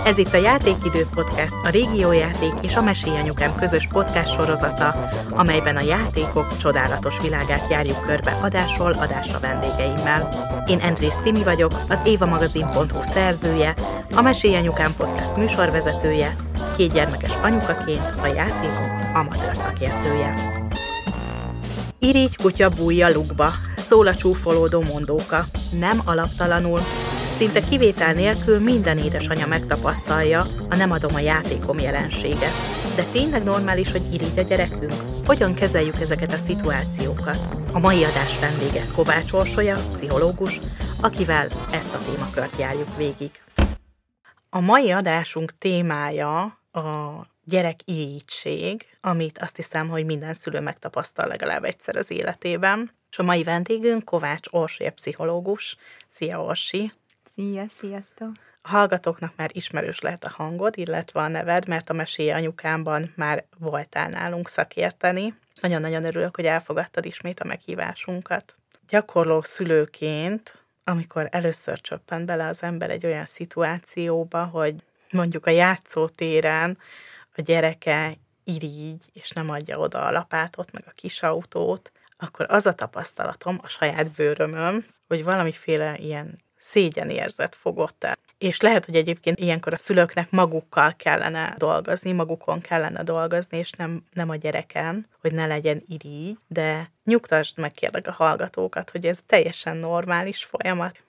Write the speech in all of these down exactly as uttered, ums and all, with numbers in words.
Ez itt a Játékidő Podcast, a Régiójáték és a Mesélj Anyukám közös podcast sorozata, amelyben a játékok csodálatos világát járjuk körbe adásról adásra vendégeimmel. Én Andrész Timi vagyok, az évamagazin pont hu szerzője, a Mesélj Anyukám podcast műsorvezetője, két gyermekes anyukaként a játékok amatőr szakértője. Irigy kutya bújja lukba, szól a csúfolódó mondóka, nem alaptalanul. Szinte kivétel nélkül minden édesanya megtapasztalja a nem adom a játékom jelenséget. De tényleg normális, hogy irigy a gyerekünk? Hogyan kezeljük ezeket a szituációkat? A mai adás vendége Kovács Orsolya, pszichológus, akivel ezt a témakört járjuk végig. A mai adásunk témája a gyerek irigység, amit azt hiszem, hogy minden szülő megtapasztal legalább egyszer az életében. És a mai vendégünk Kovács Orsolya, pszichológus. Szia, Orsi! Szia, sziasztok! A hallgatóknak már ismerős lehet a hangod, illetve a neved, mert a Mesélj Anyukámban már voltál nálunk szakérteni. Nagyon-nagyon örülök, hogy elfogadtad ismét a meghívásunkat. Gyakorló szülőként, amikor először csöppent bele az ember egy olyan szituációba, hogy mondjuk a játszótéren a gyereke irigy, és nem adja oda a lapátot, meg a kisautót, akkor az a tapasztalatom a saját bőrömön, hogy valamiféle ilyen szégyenérzet fogott el. És lehet, hogy egyébként ilyenkor a szülőknek magukkal kellene dolgozni, magukon kellene dolgozni, és nem, nem a gyereken, hogy ne legyen irigy, de nyugtasd meg kérlek a hallgatókat, hogy ez teljesen normális folyamat.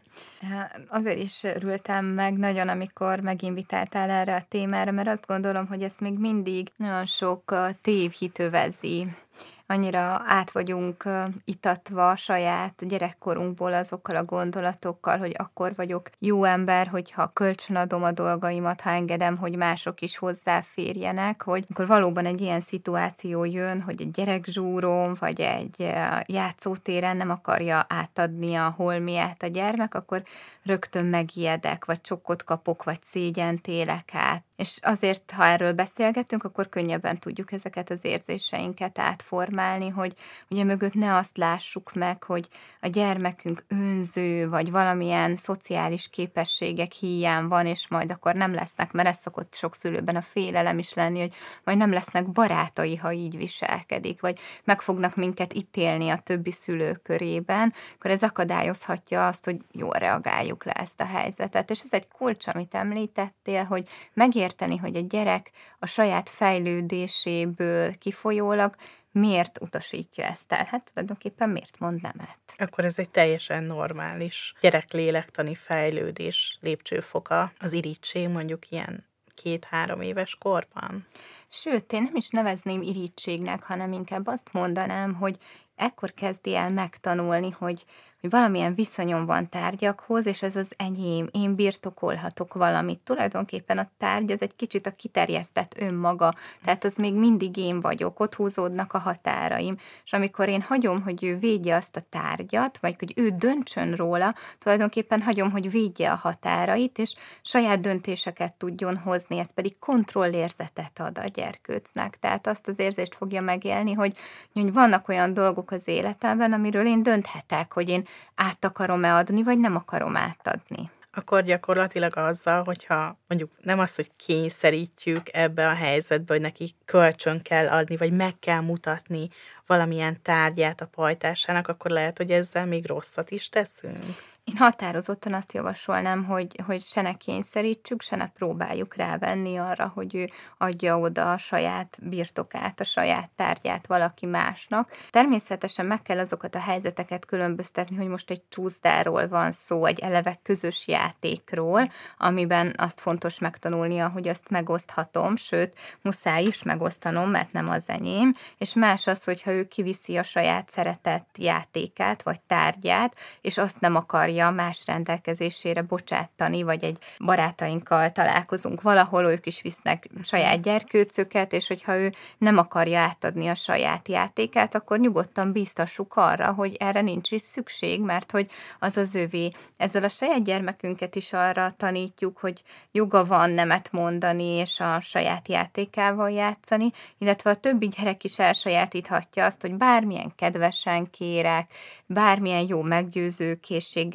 Azért is örültem meg nagyon, amikor meginvitáltál erre a témára, mert azt gondolom, hogy ezt még mindig nagyon sok tévhit övezi. Annyira át vagyunk itatva a saját gyerekkorunkból azokkal a gondolatokkal, hogy akkor vagyok jó ember, hogyha kölcsönadom a dolgaimat, ha engedem, hogy mások is hozzáférjenek, hogy akkor valóban egy ilyen szituáció jön, hogy egy gyerekzsúron, vagy egy játszótéren nem akarja átadni a holmiát a gyermek, akkor rögtön megijedek, vagy csokkot kapok, vagy szégyent élek át. És azért, ha erről beszélgetünk, akkor könnyebben tudjuk ezeket az érzéseinket átformálni, hogy ugye mögött ne azt lássuk meg, hogy a gyermekünk önző, vagy valamilyen szociális képességek hiány van, és majd akkor nem lesznek, mert ez szokott sok szülőben a félelem is lenni, hogy majd nem lesznek barátai, ha így viselkedik, vagy meg fognak minket ítélni a többi szülő körében, akkor ez akadályozhatja azt, hogy jól reagáljuk le ezt a helyzetet. És ez egy kulcs, amit említettél, hogy megérteni, érteni, hogy a gyerek a saját fejlődéséből kifolyólag miért utasítja ezt el? Hát tulajdonképpen miért mond nemet? Akkor ez egy teljesen normális gyereklélektani fejlődés lépcsőfoka, az irigység mondjuk ilyen két-három éves korban? Sőt, én nem is nevezném irigysségnek, hanem inkább azt mondanám, hogy ekkor kezdi el megtanulni, hogy, hogy valamilyen viszonyom van tárgyakhoz, és ez az enyém, én birtokolhatok valamit. Tulajdonképpen a tárgy az egy kicsit a kiterjesztett önmaga, tehát az még mindig én vagyok, ott húzódnak a határaim, és amikor én hagyom, hogy ő védje azt a tárgyat, vagy hogy ő döntsön róla, tulajdonképpen hagyom, hogy védje a határait, és saját döntéseket tudjon hozni, ez pedig kontrollérzetet ad a gyerkőcnek. Tehát azt az érzést fogja megélni, hogy, hogy vannak olyan dolgok az életemben, amiről én dönthetek, hogy én át akarom-e adni, vagy nem akarom átadni. Akkor gyakorlatilag azzal, hogyha mondjuk nem az, hogy kényszerítjük ebbe a helyzetbe, hogy neki kölcsön kell adni, vagy meg kell mutatni valamilyen tárgyát a pajtásának, akkor lehet, hogy ezzel még rosszat is teszünk. Én határozottan azt javasolnám, hogy, hogy se ne kényszerítsük, se ne próbáljuk rávenni arra, hogy ő adja oda a saját birtokát, a saját tárgyát valaki másnak. Természetesen meg kell azokat a helyzeteket különböztetni, hogy most egy csúszdáról van szó, egy eleve közös játékról, amiben azt fontos megtanulnia, hogy azt megoszthatom, sőt, muszáj is megosztanom, mert nem az enyém, és más az, hogyha ő kiviszi a saját szeretett játékát, vagy tárgyát, és azt nem akarja más rendelkezésére bocsátani, vagy egy barátainkkal találkozunk valahol, ők is visznek saját gyerkőcöket, és hogyha ő nem akarja átadni a saját játékát, akkor nyugodtan bíztassuk arra, hogy erre nincs is szükség, mert hogy az az övé. Ezzel a saját gyermekünket is arra tanítjuk, hogy joga van nemet mondani, és a saját játékával játszani, illetve a többi gyerek is elsajátíthatja azt, hogy bármilyen kedvesen kérek, bármilyen jó meggyőző készséggel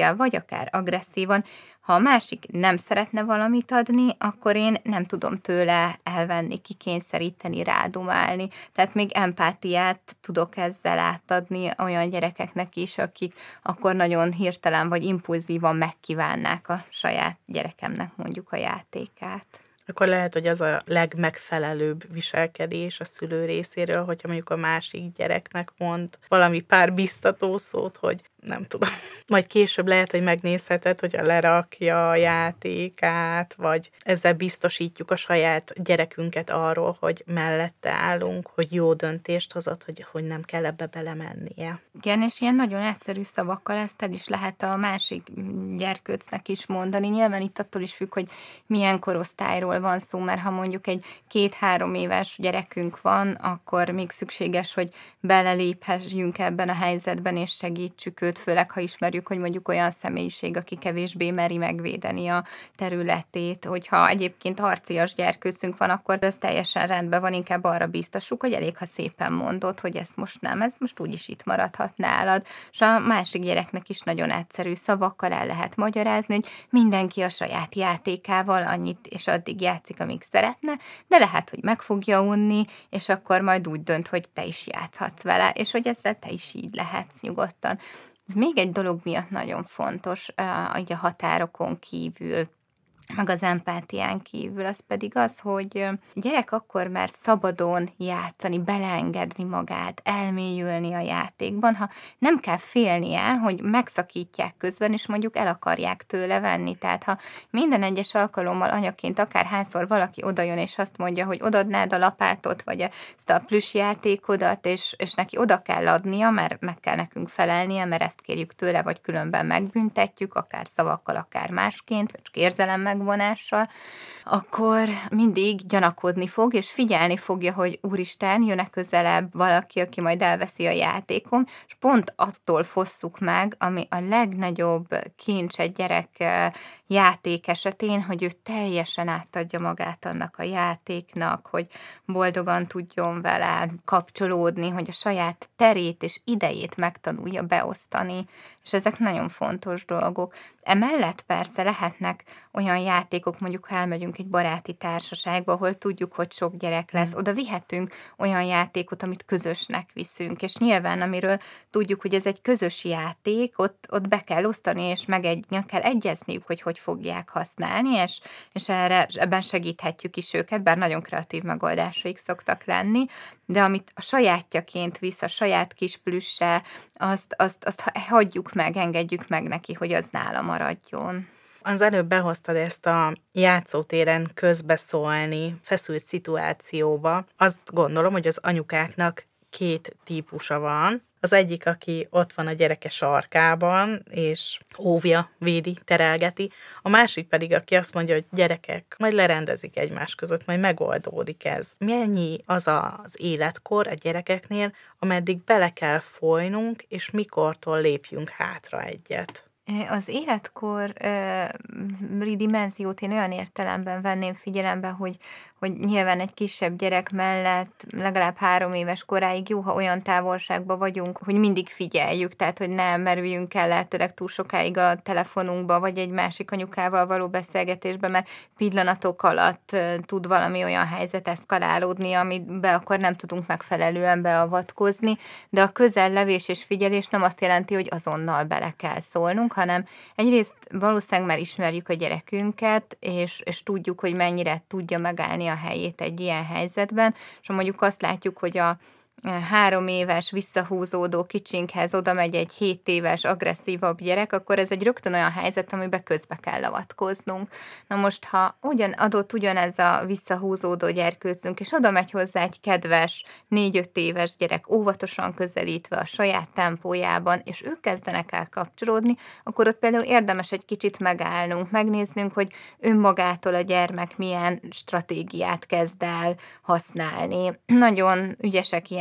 kell, vagy akár agresszívan. Ha a másik nem szeretne valamit adni, akkor én nem tudom tőle elvenni, kikényszeríteni, rádumálni. Tehát még empátiát tudok ezzel átadni olyan gyerekeknek is, akik akkor nagyon hirtelen vagy impulzívan megkívánnák a saját gyerekemnek mondjuk a játékát. Akkor lehet, hogy az a legmegfelelőbb viselkedés a szülő részéről, hogyha mondjuk a másik gyereknek mond valami pár biztató szót, hogy nem tudom. Majd később lehet, hogy megnézheted, hogy lerakja a játékát, vagy ezzel biztosítjuk a saját gyerekünket arról, hogy mellette állunk, hogy jó döntést hozott, hogy, hogy nem kell ebbe belemennie. Igen, és ilyen nagyon egyszerű szavakkal ezt el is lehet a másik gyerkőcnek is mondani. Nyilván itt attól is függ, hogy milyen korosztályról van szó, mert ha mondjuk egy két-három éves gyerekünk van, akkor még szükséges, hogy beleléphessünk ebben a helyzetben, és segítsük őt, főleg ha ismerjük, hogy mondjuk olyan személyiség, aki kevésbé meri megvédeni a területét, hogyha egyébként harcias gyerkőcünk van, akkor ez teljesen rendben van, inkább arra biztosuk, hogy elég, ha szépen mondod, hogy ezt most nem, ez most úgyis itt maradhat nálad. És a másik gyereknek is nagyon egyszerű szavakkal el lehet magyarázni, hogy mindenki a saját játékával annyit és addig játszik, amíg szeretne, de lehet, hogy meg fogja unni, és akkor majd úgy dönt, hogy te is játszhatsz vele, és hogy ezzel te is így lehetsz nyugodtan. Ez még egy dolog miatt nagyon fontos, hogy a határokon kívül, meg az empátián kívül, az pedig az, hogy a gyerek akkor már szabadon játszani, beleengedni magát, elmélyülni a játékban, ha nem kell félnie, hogy megszakítják közben, és mondjuk el akarják tőle venni. Tehát ha minden egyes alkalommal anyaként akárhányszor valaki odajön, és azt mondja, hogy odadnád a lapátot, vagy ezt a plüss játékodat, és, és neki oda kell adnia, mert meg kell nekünk felelnie, mert ezt kérjük tőle, vagy különben megbüntetjük, akár szavakkal, akár másként, vagy csak érzelemmel vonással, akkor mindig gyanakodni fog, és figyelni fogja, hogy úristen, jön-e közelebb valaki, aki majd elveszi a játékom, és pont attól fosszuk meg, ami a legnagyobb kincs egy gyerek játék esetén, hogy ő teljesen átadja magát annak a játéknak, hogy boldogan tudjon vele kapcsolódni, hogy a saját terét és idejét megtanulja beosztani, és ezek nagyon fontos dolgok. Emellett persze lehetnek olyan játékok, mondjuk ha elmegyünk egy baráti társaságba, ahol tudjuk, hogy sok gyerek lesz, oda vihetünk olyan játékot, amit közösnek viszünk, és nyilván, amiről tudjuk, hogy ez egy közös játék, ott, ott be kell osztani, és meg egy, kell egyezniük, hogy hogy fogják használni, és, és erre, ebben segíthetjük is őket, bár nagyon kreatív megoldásaik szoktak lenni, de amit a sajátjaként visz, a saját kis plüsse, azt, azt, azt hagyjuk meg, engedjük meg neki, hogy az nála maradjon. Az előbb behoztad ezt a játszótéren közbeszólni, feszült szituációba. Azt gondolom, hogy az anyukáknak két típusa van. Az egyik, aki ott van a gyereke sarkában, és óvja, védi, terelgeti. A másik pedig, aki azt mondja, hogy gyerekek, majd lerendezik egymás között, majd megoldódik ez. Mennyi az az életkor a gyerekeknél, ameddig bele kell folynunk, és mikortól lépjünk hátra egyet? Az életkori dimenziót én olyan értelemben venném figyelembe, hogy, hogy nyilván egy kisebb gyerek mellett legalább három éves koráig jó, ha olyan távolságban vagyunk, hogy mindig figyeljük, tehát hogy ne merüljünk el lehetőleg túl sokáig a telefonunkba, vagy egy másik anyukával való beszélgetésbe, mert pillanatok alatt tud valami olyan helyzet eszkalálódni, amiben akkor nem tudunk megfelelően beavatkozni, de a közellevés és figyelés nem azt jelenti, hogy azonnal bele kell szólnunk, hanem egyrészt valószínűleg már ismerjük a gyerekünket, és, és tudjuk, hogy mennyire tudja megállni a helyét egy ilyen helyzetben, és mondjuk azt látjuk, hogy a három éves visszahúzódó kicsinkhez oda megy egy hét éves agresszívabb gyerek, akkor ez egy rögtön olyan helyzet, amiben közbe kell avatkoznunk. Na most, ha ugyan adott ugyanez a visszahúzódó gyerkőcünk, és oda megy hozzá egy kedves négy-öt éves gyerek, óvatosan közelítve a saját tempójában, és ők kezdenek el kapcsolódni, akkor ott például érdemes egy kicsit megállnunk, megnéznünk, hogy önmagától a gyermek milyen stratégiát kezd el használni. Nagyon ügyesek ilyen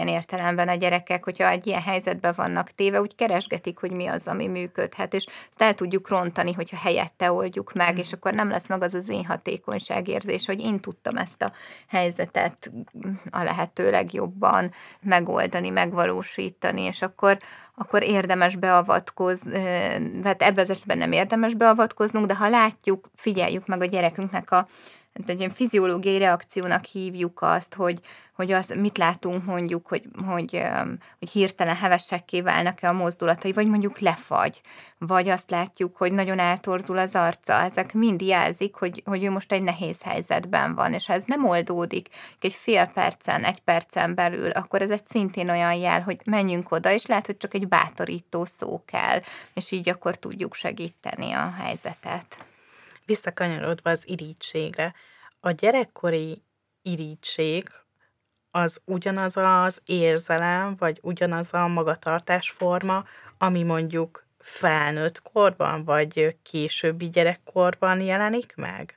ilyen értelemben a gyerekek, hogyha egy ilyen helyzetben vannak téve, úgy keresgetik, hogy mi az, ami működhet, és ezt el tudjuk rontani, hogyha helyette oldjuk meg, mm. és akkor nem lesz meg az az én hatékonyságérzés, hogy én tudtam ezt a helyzetet a lehető legjobban megoldani, megvalósítani, és akkor akkor érdemes beavatkozni, tehát ebben az esetben nem érdemes beavatkoznunk, de ha látjuk, figyeljük meg a gyerekünknek a egy ilyen fiziológiai reakciónak hívjuk azt, hogy, hogy az, mit látunk mondjuk, hogy, hogy, hogy hirtelen hevesekké válnak-e a mozdulatai, vagy mondjuk lefagy, vagy azt látjuk, hogy nagyon eltorzul az arca, ezek mind jelzik, hogy, hogy ő most egy nehéz helyzetben van, és ha ez nem oldódik egy fél percen, egy percen belül, akkor ez egy szintén olyan jel, hogy menjünk oda, és lehet, hogy csak egy bátorító szó kell, és így akkor tudjuk segíteni a helyzetet. Visszakanyarodva az irítségre, a gyerekkori irítség az ugyanaz az érzelem, vagy ugyanaz a magatartásforma, ami mondjuk felnőtt korban, vagy későbbi gyerekkorban jelenik meg?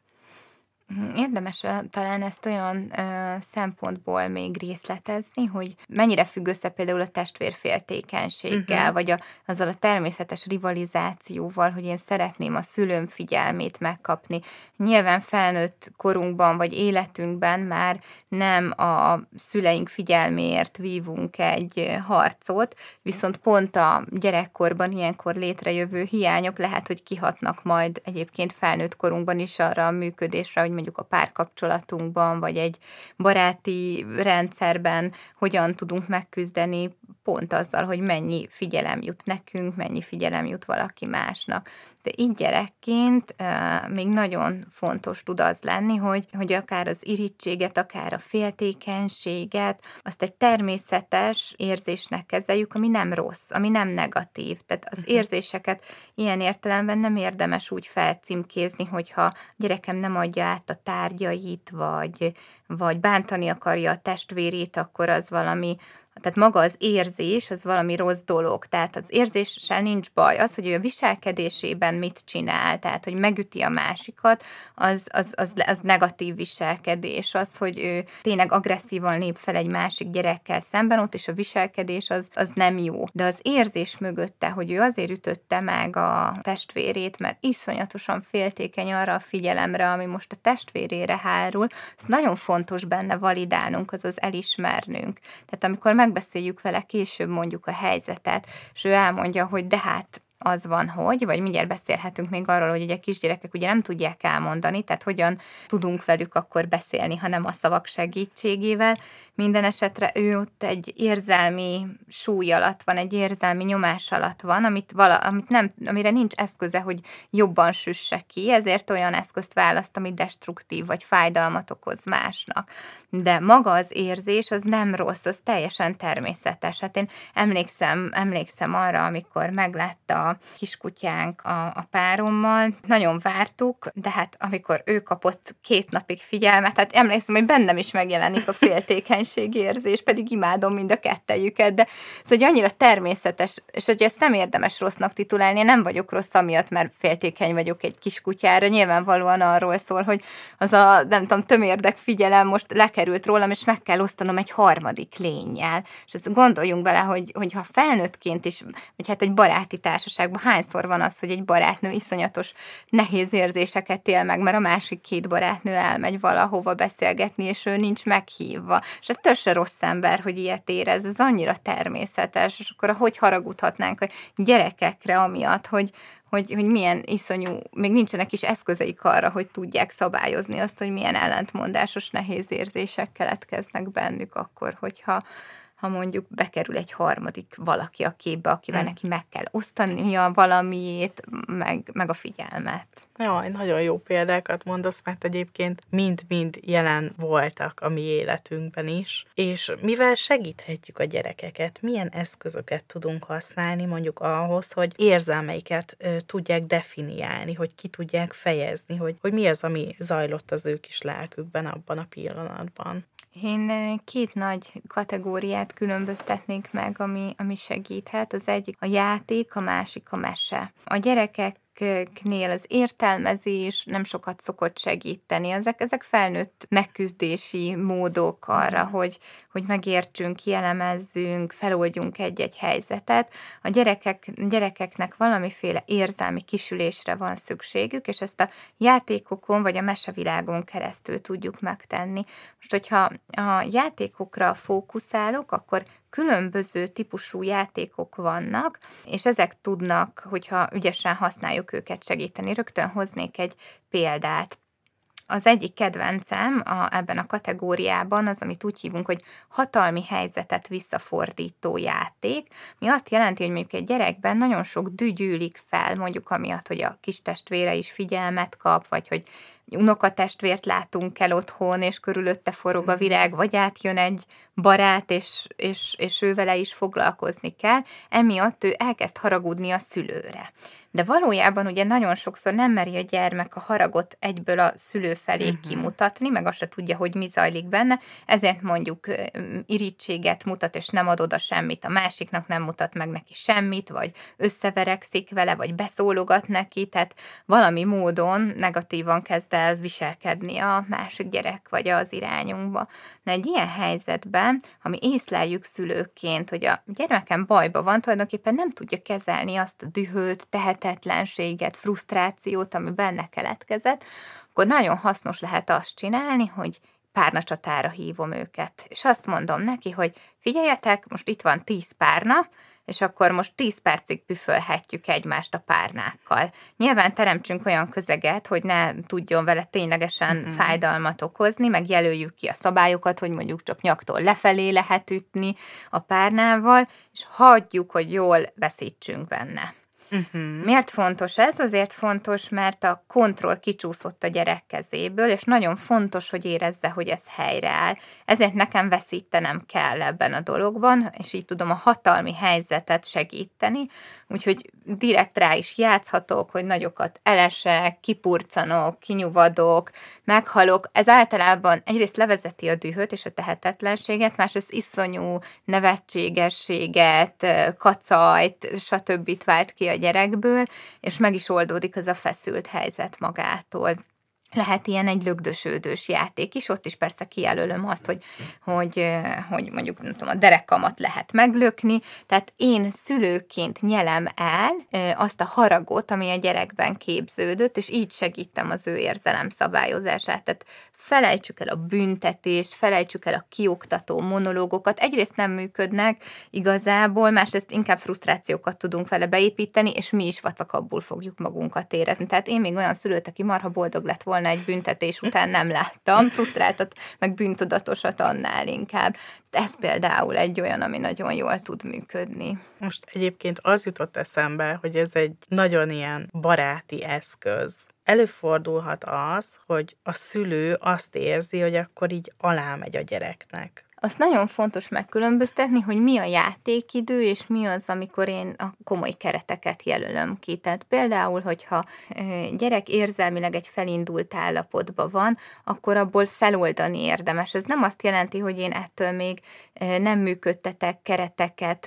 Érdemes talán ezt olyan ö, szempontból még részletezni, hogy mennyire függ össze például a testvérféltékenységgel, uh-huh. vagy a, azzal a természetes rivalizációval, hogy én szeretném a szülőm figyelmét megkapni. Nyilván felnőtt korunkban, vagy életünkben már nem a szüleink figyelméért vívunk egy harcot, viszont pont a gyerekkorban ilyenkor létrejövő hiányok lehet, hogy kihatnak majd egyébként felnőtt korunkban is arra a működésre, hogy mondjuk a párkapcsolatunkban, vagy egy baráti rendszerben hogyan tudunk megküzdeni pont azzal, hogy mennyi figyelem jut nekünk, mennyi figyelem jut valaki másnak. De így gyerekként uh, még nagyon fontos tud az lenni, hogy, hogy akár az irítséget, akár a féltékenységet, azt egy természetes érzésnek kezeljük, ami nem rossz, ami nem negatív. Tehát az uh-huh. érzéseket ilyen értelemben nem érdemes úgy felcímkézni, hogyha a gyerekem nem adja át a tárgyait, vagy, vagy bántani akarja a testvérét, akkor az valami. Tehát maga az érzés, az valami rossz dolog. Tehát az érzéssel nincs baj. Az, hogy ő a viselkedésében mit csinál, tehát, hogy megüti a másikat, az, az, az, az negatív viselkedés. Az, hogy ő tényleg agresszívan lép fel egy másik gyerekkel szemben, ott és a viselkedés az, az nem jó. De az érzés mögötte, hogy ő azért ütötte meg a testvérét, mert iszonyatosan féltékeny arra a figyelemre, ami most a testvérére hárul, az nagyon fontos benne validálnunk, azaz elismernünk. Tehát amikor megbeszéljük vele később mondjuk a helyzetet, és ő elmondja, hogy de hát az van, hogy, vagy mindjárt beszélhetünk még arról, hogy ugye kisgyerekek ugye nem tudják elmondani, tehát hogyan tudunk velük akkor beszélni, ha nem a szavak segítségével. Minden esetre ő ott egy érzelmi súly alatt van, egy érzelmi nyomás alatt van, amit vala, amit nem, amire nincs eszköze, hogy jobban süsse ki, ezért olyan eszközt választ, ami destruktív, vagy fájdalmat okoz másnak. De maga az érzés, az nem rossz, az teljesen természetes. Hát én emlékszem, emlékszem arra, amikor meglátta a kiskutyánk a, a párommal, nagyon vártuk, de hát amikor ő kapott két napig figyelmet, hát emlékszem, hogy bennem is megjelenik a féltékenység érzés, pedig imádom mind a kettejüket, de ez egy annyira természetes, és hogy ezt nem érdemes rossznak titulálni, én nem vagyok rossz amiatt, mert féltékeny vagyok egy kiskutyára, nyilvánvalóan arról szól, hogy az a, nem tudom, tömérdek figyelem most lekerült rólam, és meg kell osztanom egy harmadik lénnyel. És ezt gondoljunk bele, hogy, hogy ha felnőttként is, vagy hát egy baráti társaságban hányszor van az, hogy egy barátnő iszonyatos nehéz érzéseket él meg, mert a másik két barátnő elmegy valahova beszélgetni, és ő nincs meghívva. És ettől se rossz ember, hogy ilyet érez, ez annyira természetes, és akkor hogy haragudhatnánk a gyerekekre amiatt, hogy Hogy, hogy milyen iszonyú, még nincsenek is eszközeik arra, hogy tudják szabályozni azt, hogy milyen ellentmondásos, nehéz érzések keletkeznek bennük akkor, hogyha ha mondjuk bekerül egy harmadik valaki a képbe, akivel neki meg kell osztania valamiét, meg, meg a figyelmet. Jaj, nagyon jó példákat mondasz, mert egyébként mind-mind jelen voltak a mi életünkben is, és mivel segíthetjük a gyerekeket, milyen eszközöket tudunk használni mondjuk ahhoz, hogy érzelmeiket ö, tudják definiálni, hogy ki tudják fejezni, hogy, hogy mi az, ami zajlott az ő kis lelkükben abban a pillanatban. Én két nagy kategóriát különböztetnék meg, ami, ami segíthet. Az egyik a játék, a másik a mese. A gyerekek gyerekeknél az értelmezés nem sokat szokott segíteni. Ezek, ezek felnőtt megküzdési módok arra, mm. hogy, hogy megértsünk, kielemezzünk, feloldjunk egy-egy helyzetet. A gyerekek, gyerekeknek valamiféle érzelmi kisülésre van szükségük, és ezt a játékokon vagy a mesevilágon keresztül tudjuk megtenni. Most, hogyha a játékokra fókuszálok, akkor különböző típusú játékok vannak, és ezek tudnak, hogyha ügyesen használjuk őket, segíteni. Rögtön hoznék egy példát. Az egyik kedvencem a, ebben a kategóriában az, amit úgy hívunk, hogy hatalmi helyzetet visszafordító játék, mi azt jelenti, hogy mondjuk egy gyerekben nagyon sok dű gyűlik fel, mondjuk amiatt, hogy a kis testvére is figyelmet kap, vagy hogy unokatestvért látunk el otthon, és körülötte forog a virág, vagy átjön egy barát, és, és, és ő vele is foglalkozni kell, emiatt ő elkezd haragudni a szülőre. De valójában ugye nagyon sokszor nem meri a gyermek a haragot egyből a szülő felé uh-huh. kimutatni, meg azt se tudja, hogy mi zajlik benne, ezért mondjuk irítséget mutat, és nem ad oda semmit a másiknak, nem mutat meg neki semmit, vagy összeverekszik vele, vagy beszólogat neki, tehát valami módon negatívan kezd el viselkedni a másik gyerek, vagy az irányunkba. Na egy ilyen helyzetben, ha mi észleljük szülőként, hogy a gyermekem bajba van, tulajdonképpen nem tudja kezelni azt a dühöt, tehetetlenséget, frusztrációt, ami benne keletkezett, akkor nagyon hasznos lehet azt csinálni, hogy párnacsatára hívom őket. És azt mondom neki, hogy figyeljetek, most itt van tíz párna, és akkor most tíz percig püfölhetjük egymást a párnákkal. Nyilván teremtsünk olyan közeget, hogy ne tudjon vele ténylegesen mm-hmm. fájdalmat okozni, meg jelöljük ki a szabályokat, hogy mondjuk csak nyaktól lefelé lehet ütni a párnával, és hagyjuk, hogy jól veszítsünk benne. Uh-huh. Miért fontos ez? Azért fontos, mert a kontroll kicsúszott a gyerek kezéből, és nagyon fontos, hogy érezze, hogy ez helyreáll. Ezért nekem veszítenem kell ebben a dologban, és így tudom a hatalmi helyzetet segíteni, úgyhogy direkt rá is játszhatok, hogy nagyokat elesek, kipurcanok, kinyuvadok, meghalok. Ez általában egyrészt levezeti a dühöt és a tehetetlenséget, másrészt iszonyú nevetségességet, kacajt, stb. Vált ki a gyerekből, és meg is oldódik az a feszült helyzet magától. Lehet ilyen egy lögdösődős játék is, ott is persze kijelölöm azt, hogy, hogy, hogy mondjuk nem tudom, a derekamat lehet meglökni, tehát én szülőként nyelem el azt a haragot, ami a gyerekben képződött, és így segítem az ő érzelem szabályozását. Tehát felejtsük el a büntetést, felejtsük el a kioktató monológokat. Egyrészt nem működnek igazából, másrészt inkább frusztrációkat tudunk vele beépíteni, és mi is vacakabbul fogjuk magunkat érezni. Tehát én még olyan szülőt, aki marha boldog lett volna egy büntetés után, nem láttam. Frusztráltat, meg bűntudatosat annál inkább. Ez például egy olyan, ami nagyon jól tud működni. Most egyébként az jutott eszembe, hogy ez egy nagyon ilyen baráti eszköz. Előfordulhat az, hogy a szülő azt érzi, hogy akkor így alámegy a gyereknek. Azt nagyon fontos megkülönböztetni, hogy mi a játékidő, és mi az, amikor én a komoly kereteket jelölöm ki. Tehát például, hogyha gyerek érzelmileg egy felindult állapotban van, akkor abból feloldani érdemes. Ez nem azt jelenti, hogy én ettől még nem működtetek kereteket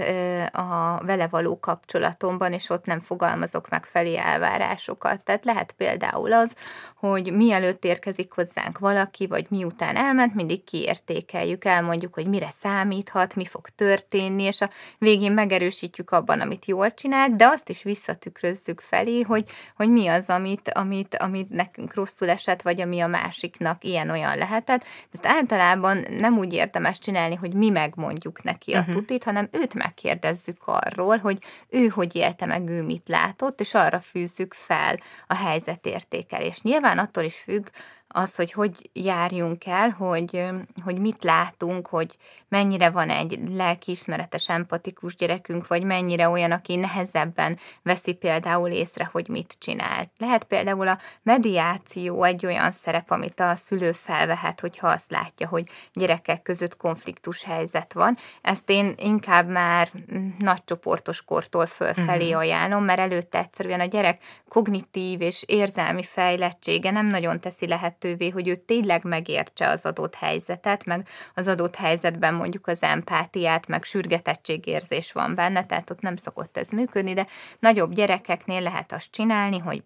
a vele való kapcsolatomban, és ott nem fogalmazok meg felé elvárásokat. Tehát lehet például az, hogy mielőtt érkezik hozzánk valaki, vagy miután elment, mindig kiértékeljük, elmondjuk, hogy mire számíthat, mi fog történni, és a végén megerősítjük abban, amit jól csinált, de azt is visszatükrözzük felé, hogy, hogy mi az, amit, amit, amit nekünk rosszul esett, vagy ami a másiknak ilyen-olyan lehetett. Ezt általában nem úgy érdemes csinálni, hogy mi megmondjuk neki a uh-huh. tutit, hanem őt megkérdezzük arról, hogy ő hogy élte meg, ő mit látott, és arra fűzzük fel a helyzetértékelést. Nyilván attól is függ, az, hogy hogy járjunk el, hogy, hogy mit látunk, hogy mennyire van egy lelkiismeretes, empatikus gyerekünk, vagy mennyire olyan, aki nehezebben veszi például észre, hogy mit csinál. Lehet például a mediáció egy olyan szerep, amit a szülő felvehet, hogyha azt látja, hogy gyerekek között konfliktus helyzet van. Ezt én inkább már nagycsoportos kortól fölfelé uh-huh. ajánlom, mert előtte egyszerűen a gyerek kognitív és érzelmi fejlettsége nem nagyon teszi lehet lehetővé, hogy ő tényleg megértse az adott helyzetet, meg az adott helyzetben mondjuk az empátiát, meg sürgetettségérzés van benne, tehát ott nem szokott ez működni, de nagyobb gyerekeknél lehet azt csinálni, hogy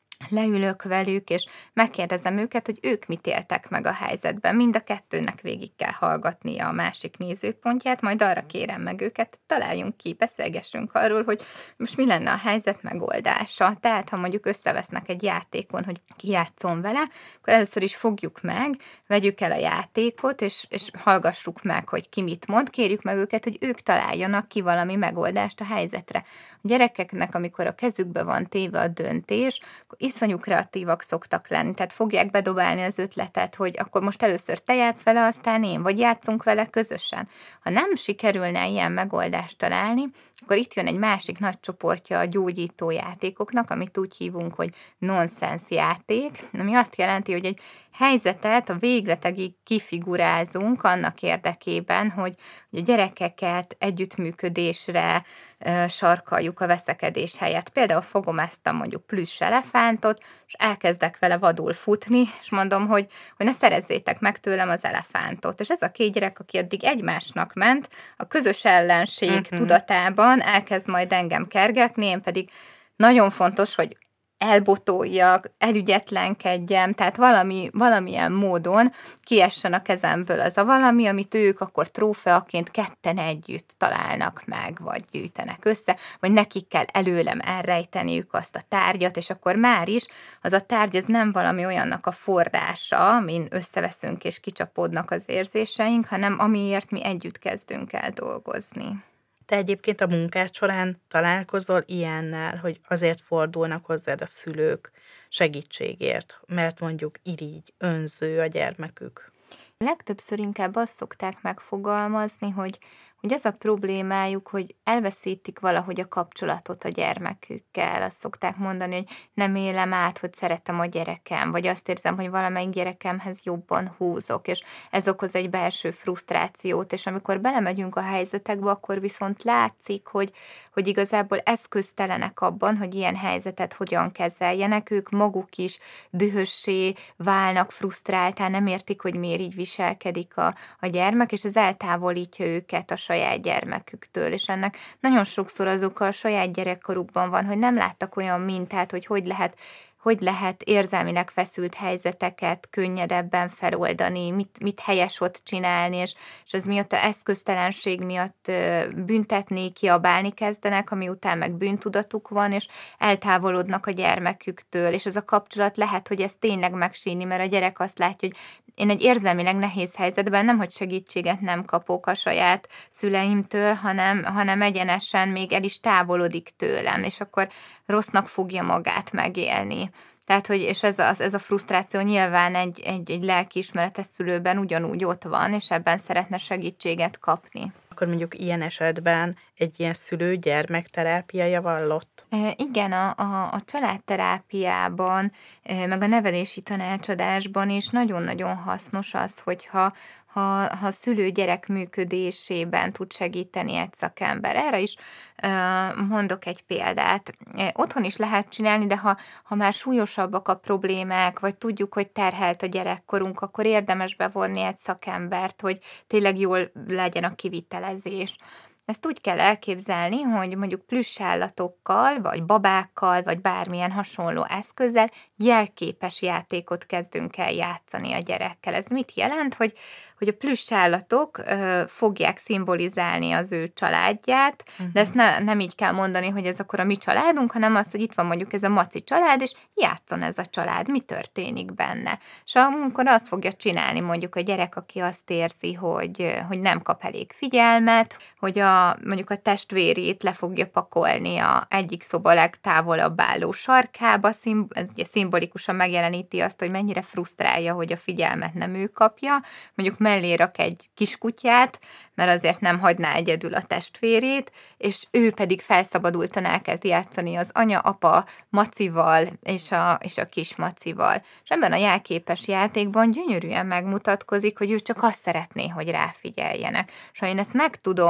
leülök velük, és megkérdezem őket, hogy ők mit éltek meg a helyzetben. Mind a kettőnek végig kell hallgatnia a másik nézőpontját, majd arra kérem meg őket, hogy találjunk ki, beszélgessünk arról, hogy most mi lenne a helyzet megoldása. Tehát, ha mondjuk összevesznek egy játékon, hogy ki játszon vele, akkor először is fogjuk meg, vegyük el a játékot, és, és hallgassuk meg, hogy ki mit mond, kérjük meg őket, hogy ők találjanak ki valami megoldást a helyzetre. A gyerekeknek, amikor a kezükbe van téve a döntés, iszonyú kreatívak szoktak lenni, tehát fogják bedobálni az ötletet, hogy akkor most először te játsz vele, aztán én, vagy játszunk vele közösen. Ha nem sikerülne ilyen megoldást találni, akkor itt jön egy másik nagy csoportja a gyógyító játékoknak, amit úgy hívunk, hogy nonsense játék, ami azt jelenti, hogy egy helyzetet a végletekig kifigurázunk annak érdekében, hogy, hogy a gyerekeket együttműködésre sarkaljuk a veszekedés helyett. Például fogom ezt a mondjuk plüss elefántot, és elkezdek vele vadul futni, és mondom, hogy, hogy ne szerezzétek meg tőlem az elefántot. És ez a két gyerek, aki addig egymásnak ment, a közös ellenség uh-huh. tudatában elkezd majd engem kergetni, én pedig nagyon fontos, hogy elbotoljak, elügyetlenkedjem, tehát valami, valamilyen módon kiessen a kezemből az a valami, amit ők akkor trófeaként ketten együtt találnak meg, vagy gyűjtenek össze, vagy nekik kell előlem elrejteniük azt a tárgyat, és akkor már is az a tárgy, ez nem valami olyannak a forrása, amin összeveszünk és kicsapódnak az érzéseink, hanem amiért mi együtt kezdünk el dolgozni. Te egyébként a munkád során találkozol ilyennel, hogy azért fordulnak hozzád a szülők segítségért, mert mondjuk irigy, önző a gyermekük? Legtöbbször inkább azt szokták megfogalmazni, hogy, hogy ez a problémájuk, hogy elveszítik valahogy a kapcsolatot a gyermekükkel. Azt szokták mondani, hogy nem élem át, hogy szeretem a gyerekem, vagy azt érzem, hogy valamelyik gyerekemhez jobban húzok, és ez okoz egy belső frusztrációt, és amikor belemegyünk a helyzetekbe, akkor viszont látszik, hogy, hogy igazából eszköztelenek abban, hogy ilyen helyzetet hogyan kezeljenek, ők maguk is dühössé válnak, frusztráltá, nem értik, hogy miért így viselkedik a, a gyermek, és ez eltávolítja őket a saját gyermeküktől, és ennek nagyon sokszor azok a saját gyerekkorukban van, hogy nem láttak olyan mintát, hogy hogy lehet hogy lehet érzelmileg feszült helyzeteket könnyedebben feloldani, mit, mit helyes ott csinálni, és, és ez miatt a eszköztelenség miatt büntetni, kiabálni kezdenek, ami után meg bűntudatuk van, és eltávolodnak a gyermeküktől, és ez a kapcsolat lehet, hogy ez tényleg megsínli, mert a gyerek azt látja, hogy én egy érzelmileg nehéz helyzetben nem, hogy segítséget nem kapok a saját szüleimtől, hanem, hanem egyenesen még el is távolodik tőlem, és akkor rossznak fogja magát megélni. Tehát, hogy, és ez a, ez a frusztráció nyilván egy, egy, egy lelkiismeretes szülőben ugyanúgy ott van, és ebben szeretne segítséget kapni. Akkor mondjuk ilyen esetben egy ilyen szülő gyermekterápiája vallott? E, igen, a, a, a családterápiában, e, meg a nevelési tanácsadásban is nagyon-nagyon hasznos az, hogyha ha, ha a szülő-gyerek működésében tud segíteni egy szakember. Erre is e, mondok egy példát. E, otthon is lehet csinálni, de ha, ha már súlyosabbak a problémák, vagy tudjuk, hogy terhelt a gyerekkorunk, akkor érdemes bevonni egy szakembert, hogy tényleg jól legyen a kivitelezés. Ezt úgy kell elképzelni, hogy mondjuk plüssállatokkal, vagy babákkal, vagy bármilyen hasonló eszközzel jelképes játékot kezdünk el játszani a gyerekkel. Ez mit jelent, hogy, hogy a plüssállatok ö, fogják szimbolizálni az ő családját, uh-huh. de ezt ne, nem így kell mondani, hogy ez akkor a mi családunk, hanem azt, hogy itt van mondjuk ez a maci család, és játszon ez a család, mi történik benne. És amikor azt fogja csinálni mondjuk a gyerek, aki azt érzi, hogy, hogy nem kap elég figyelmet, hogy a mondjuk a testvérét le fogja pakolni a egyik szoba legtávolabb álló sarkába, ez ugye szimbolikusan megjeleníti azt, hogy mennyire frusztrálja, hogy a figyelmet nem ő kapja, mondjuk mellé rak egy kiskutyát, mert azért nem hagyná egyedül a testvérét, és ő pedig felszabadultan elkezd játszani az anya-apa macival és a, és a kis macival. És ebben a jelképes játékban gyönyörűen megmutatkozik, hogy ő csak azt szeretné, hogy ráfigyeljenek. És ha én ezt meg tudom adni,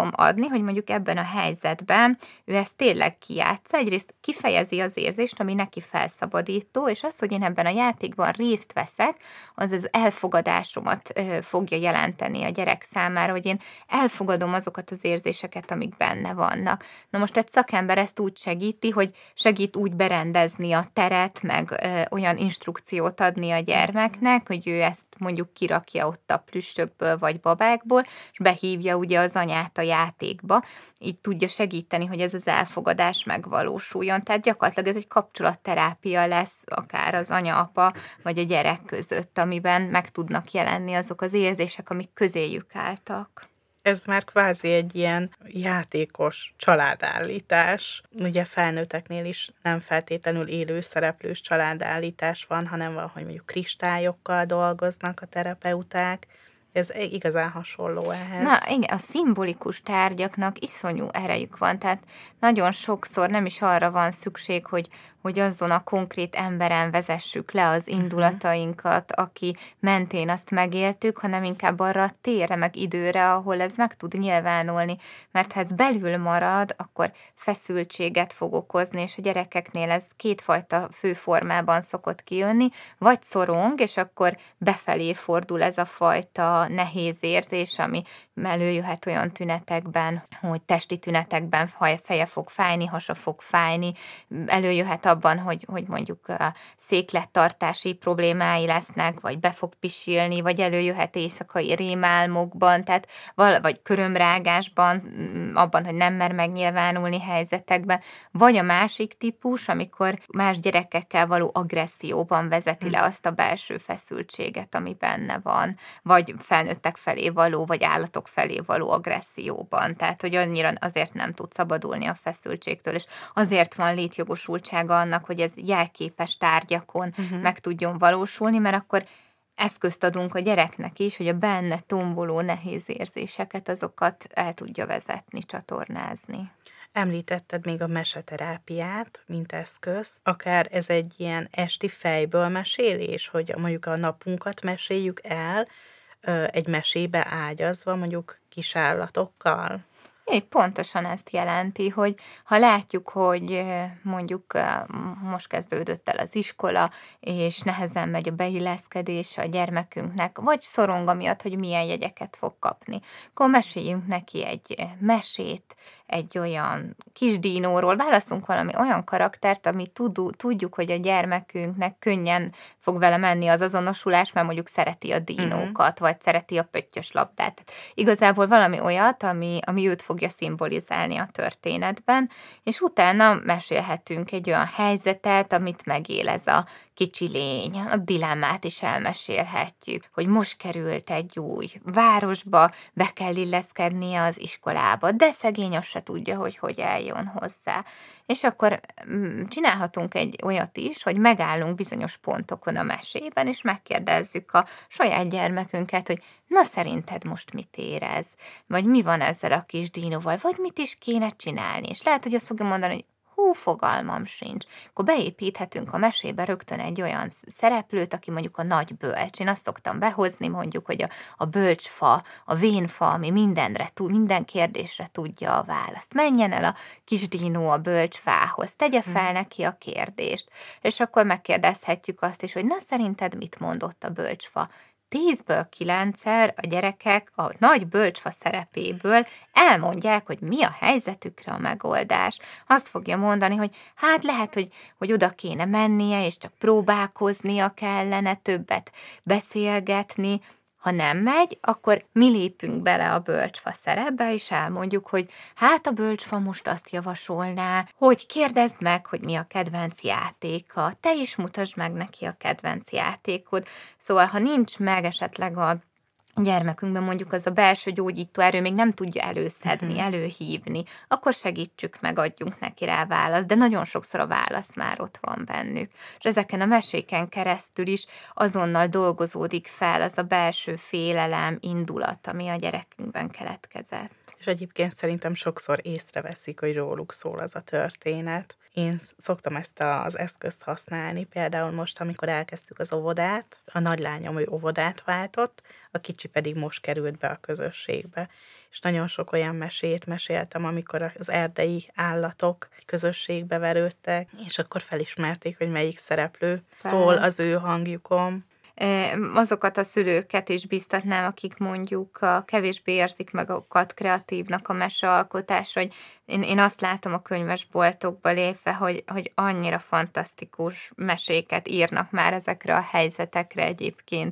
hogy mondjuk ebben a helyzetben ő ezt tényleg kijátsza, egyrészt kifejezi az érzést, ami neki felszabadító, és az, hogy én ebben a játékban részt veszek, az az elfogadásomat fogja jelenteni a gyerek számára, hogy én elfogadom azokat az érzéseket, amik benne vannak. Na most egy szakember ezt úgy segíti, hogy segít úgy berendezni a teret, meg ö, olyan instrukciót adni a gyermeknek, hogy ő ezt mondjuk kirakja ott a plüssökből vagy babákból, és behívja ugye az anyát a játékba, így tudja segíteni, hogy ez az elfogadás megvalósuljon. Tehát gyakorlatilag ez egy kapcsolatterápia lesz, akár az anya-apa vagy a gyerek között, amiben meg tudnak jelenni azok az érzések, amik közéjük álltak. Ez már kvázi egy ilyen játékos családállítás. Ugye felnőtteknél is nem feltétlenül élő szereplős családállítás van, hanem van, hogy mondjuk kristályokkal dolgoznak a terapeuták. Ez igazán hasonló ehhez. Na igen, a szimbolikus tárgyaknak iszonyú erejük van, tehát nagyon sokszor nem is arra van szükség, hogy, hogy azon a konkrét emberen vezessük le az indulatainkat, aki mentén azt megéltük, hanem inkább arra a térre, meg időre, ahol ez meg tud nyilvánulni. Mert ha ez belül marad, akkor feszültséget fog okozni, és a gyerekeknél ez kétfajta fő formában szokott kijönni, vagy szorong, és akkor befelé fordul ez a fajta nehéz érzés, ami előjöhet olyan tünetekben, hogy testi tünetekben feje fog fájni, hasa fog fájni, előjöhet abban, hogy, hogy mondjuk a széklettartási problémái lesznek, vagy be fog pisilni, vagy előjöhet éjszakai rémálmokban, tehát val- vagy körömrágásban, abban, hogy nem mer megnyilvánulni helyzetekben, vagy a másik típus, amikor más gyerekekkel való agresszióban vezeti le azt a belső feszültséget, ami benne van, vagy felnőttek felé való, vagy állatok felé való agresszióban. Tehát, hogy annyira azért nem tud szabadulni a feszültségtől, és azért van létjogosultsága annak, hogy ez jelképes tárgyakon uh-huh. meg tudjon valósulni, mert akkor eszközt adunk a gyereknek is, hogy a benne tomboló nehéz érzéseket, azokat el tudja vezetni, csatornázni. Említetted még a meseterápiát, mint eszköz. Akár ez egy ilyen esti fejből mesélés, hogy mondjuk a napunkat meséljük el, egy mesébe ágyazva, mondjuk kisállatokkal? Pontosan ezt jelenti, hogy ha látjuk, hogy mondjuk most kezdődött el az iskola, és nehezen megy a beilleszkedés a gyermekünknek, vagy szorong amiatt, hogy milyen jegyeket fog kapni, akkor meséljünk neki egy mesét, egy olyan kis dínóról, válaszunk valami olyan karaktert, ami tudjuk, hogy a gyermekünknek könnyen fog vele menni az azonosulás, mert mondjuk szereti a dínókat, uh-huh. vagy szereti a pöttyös labdát. Tehát igazából valami olyat, ami, ami őt fogja szimbolizálni a történetben, és utána mesélhetünk egy olyan helyzetet, amit megél ez a kicsi lény, a dilemmát is elmesélhetjük, hogy most került egy új városba, be kell illeszkednie az iskolába, de szegény azt se tudja, hogy hogy eljön hozzá. És akkor csinálhatunk egy olyat is, hogy megállunk bizonyos pontokon a mesében, és megkérdezzük a saját gyermekünket, hogy na szerinted most mit érez? Vagy mi van ezzel a kis dínóval? Vagy mit is kéne csinálni? És lehet, hogy azt fogja mondani, hogy hú, fogalmam sincs. Akkor beépíthetünk a mesébe rögtön egy olyan szereplőt, aki mondjuk a nagy bölcs. Én azt szoktam behozni, mondjuk, hogy a, a bölcsfa, a vénfa, ami mindenre, minden kérdésre tudja a választ. Menjen el a kis dínó a bölcsfához, tegye fel neki a kérdést. És akkor megkérdezhetjük azt is, hogy na szerinted mit mondott a bölcsfa? Tízből kilencszer a gyerekek a nagy bölcsfa szerepéből elmondják, hogy mi a helyzetükre a megoldás. Azt fogja mondani, hogy hát lehet, hogy, hogy oda kéne mennie, és csak próbálkoznia kellene, többet beszélgetni. Ha nem megy, akkor mi lépünk bele a bölcsfa szerepbe, és elmondjuk, hogy hát a bölcsfa most azt javasolná, hogy kérdezd meg, hogy mi a kedvenc játéka, te is mutasd meg neki a kedvenc játékod. Szóval, ha nincs meg esetleg a gyermekünkben mondjuk az a belső gyógyító erő még nem tudja előszedni, uh-huh. előhívni, akkor segítsük meg, adjunk neki rá választ, de nagyon sokszor a válasz már ott van bennük. És ezeken a meséken keresztül is azonnal dolgozódik fel az a belső félelem, indulat, ami a gyerekünkben keletkezett. És egyébként szerintem sokszor észreveszik, hogy róluk szól az a történet. Én szoktam ezt az eszközt használni, például most, amikor elkezdtük az óvodát, a nagylányom ő óvodát váltott, a kicsi pedig most került be a közösségbe. és nagyon sok olyan mesét meséltem, amikor az erdei állatok közösségbe verődtek, és akkor felismerték, hogy melyik szereplő szól az ő hangjukon. Azokat a szülőket is biztatnám, akik mondjuk a kevésbé érzik magukat kreatívnak a mesealkotásra, hogy én, én azt látom a könyvesboltokba lépve, hogy, hogy annyira fantasztikus meséket írnak már ezekre a helyzetekre egyébként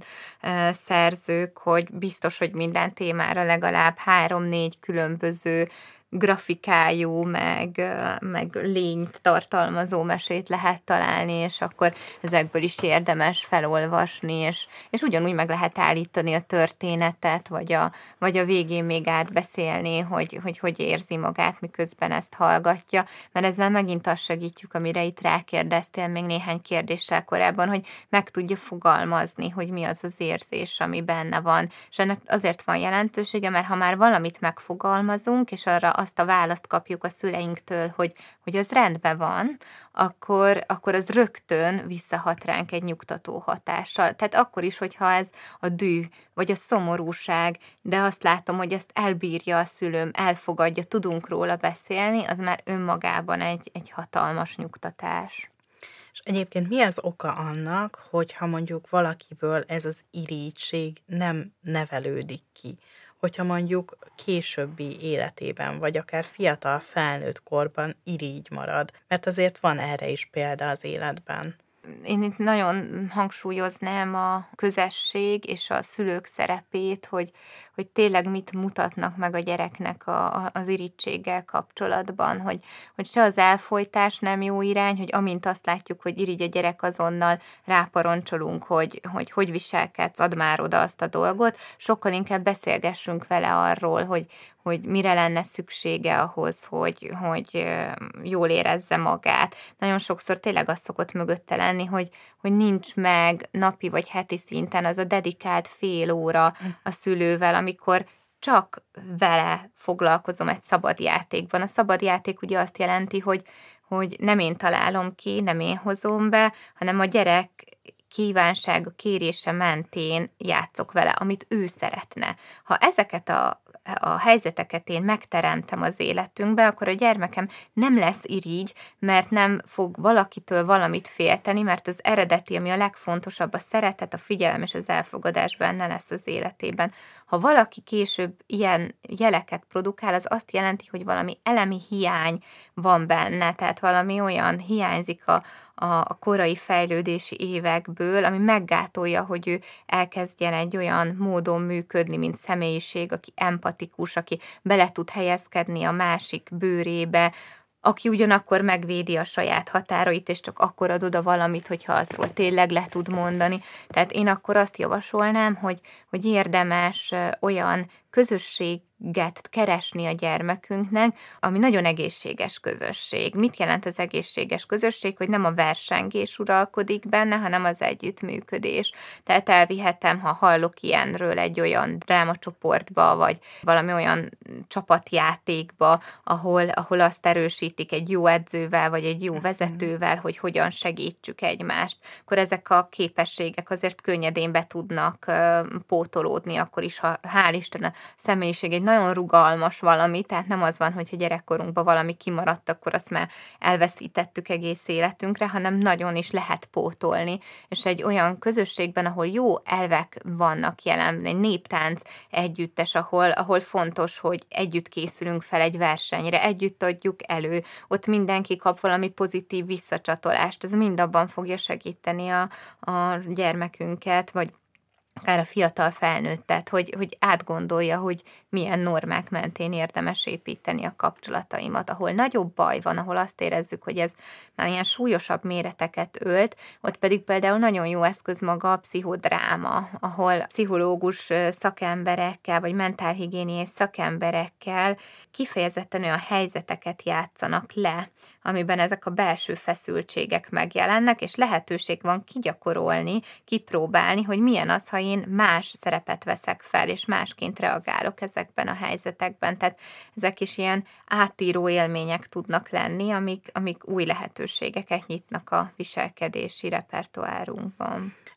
szerzők, hogy biztos, hogy minden témára legalább három-négy különböző grafikájú, meg, meg lényt tartalmazó mesét lehet találni, és akkor ezekből is érdemes felolvasni, és, és ugyanúgy meg lehet állítani a történetet, vagy a, vagy a végén még átbeszélni, hogy, hogy hogy érzi magát, miközben ezt hallgatja, mert ezzel megint azt segítjük, amire itt rákérdeztél még néhány kérdéssel korábban, hogy meg tudja fogalmazni, hogy mi az az érzés, ami benne van. És ennek azért van jelentősége, mert ha már valamit megfogalmazunk, és arra azt a választ kapjuk a szüleinktől, hogy, hogy az rendben van, akkor, akkor az rögtön visszahat ránk egy nyugtató hatással. Tehát akkor is, hogyha ez a düh, vagy a szomorúság, de azt látom, hogy ezt elbírja a szülőm, elfogadja, tudunk róla beszélni, az már önmagában egy, egy hatalmas nyugtatás. És egyébként mi az oka annak, hogyha mondjuk valakiből ez az irigység nem nevelődik ki? Hogyha mondjuk későbbi életében, vagy akár fiatal felnőtt korban irigy marad, mert azért van erre is példa az életben. Én itt nagyon hangsúlyoznám a közösség és a szülők szerepét, hogy, hogy tényleg mit mutatnak meg a gyereknek a, a, az irítséggel kapcsolatban, hogy, hogy se az elfojtás nem jó irány, hogy amint azt látjuk, hogy irigy a gyerek, azonnal ráparancsolunk, hogy hogy, hogy viselkedsz, add már oda azt a dolgot, sokkal inkább beszélgessünk vele arról, hogy, hogy mire lenne szüksége ahhoz, hogy, hogy jól érezze magát. Nagyon sokszor tényleg az szokott mögötte lenni, hogy, hogy nincs meg napi vagy heti szinten az a dedikált fél óra a szülővel, amikor csak vele foglalkozom egy szabadjátékban. A szabadjáték ugye azt jelenti, hogy, hogy nem én találom ki, nem én hozom be, hanem a gyerek kívánsága, kérése mentén játszok vele, amit ő szeretne. Ha ezeket a, a helyzeteket én megteremtem az életünkbe, akkor a gyermekem nem lesz irigy, mert nem fog valakitől valamit félteni, mert az eredeti, ami a legfontosabb, a szeretet, a figyelem és az elfogadás benne lesz az életében. Ha valaki később ilyen jeleket produkál, az azt jelenti, hogy valami elemi hiány van benne, tehát valami olyan hiányzik a, a, a korai fejlődési évekből, ami meggátolja, hogy ő elkezdjen egy olyan módon működni, mint személyiség, aki empatikus, aki bele tud helyezkedni a másik bőrébe, aki ugyanakkor megvédi a saját határait, és csak akkor ad oda valamit, hogyha azról tényleg le tud mondani. Tehát én akkor azt javasolnám, hogy, hogy érdemes olyan közösséget keresni a gyermekünknek, ami nagyon egészséges közösség. Mit jelent az egészséges közösség? Hogy nem a versengés uralkodik benne, hanem az együttműködés. Tehát elvihetem, ha hallok ilyenről egy olyan drámacsoportba, vagy valami olyan csapatjátékba, ahol, ahol azt erősítik egy jó edzővel, vagy egy jó vezetővel, hogy hogyan segítsük egymást. Akkor ezek a képességek azért könnyedén be tudnak uh, pótolódni, akkor is, ha hál' Isten a személyiség egy nagyon rugalmas valami, tehát nem az van, hogyha gyerekkorunkban valami kimaradt, akkor azt már elveszítettük egész életünkre, hanem nagyon is lehet pótolni, és egy olyan közösségben, ahol jó elvek vannak jelen, egy néptánc együttes, ahol, ahol fontos, hogy együtt készülünk fel egy versenyre, együtt adjuk elő, ott mindenki kap valami pozitív visszacsatolást, ez mind abban fogja segíteni a, a gyermekünket, vagy akár a fiatal felnőttet, hogy, hogy átgondolja, hogy milyen normák mentén érdemes építeni a kapcsolataimat. Ahol nagyobb baj van, ahol azt érezzük, hogy ez már ilyen súlyosabb méreteket ölt, ott pedig például nagyon jó eszköz maga a pszichodráma, ahol pszichológus szakemberekkel, vagy mentálhigiéniás szakemberekkel kifejezetten olyan helyzeteket játszanak le, amiben ezek a belső feszültségek megjelennek, és lehetőség van kigyakorolni, kipróbálni, hogy milyen az, ha én más szerepet veszek fel, és másként reagálok ezekben a helyzetekben. Tehát ezek is ilyen átíró élmények tudnak lenni, amik, amik új lehetőségeket nyitnak a viselkedési repertoárunkban.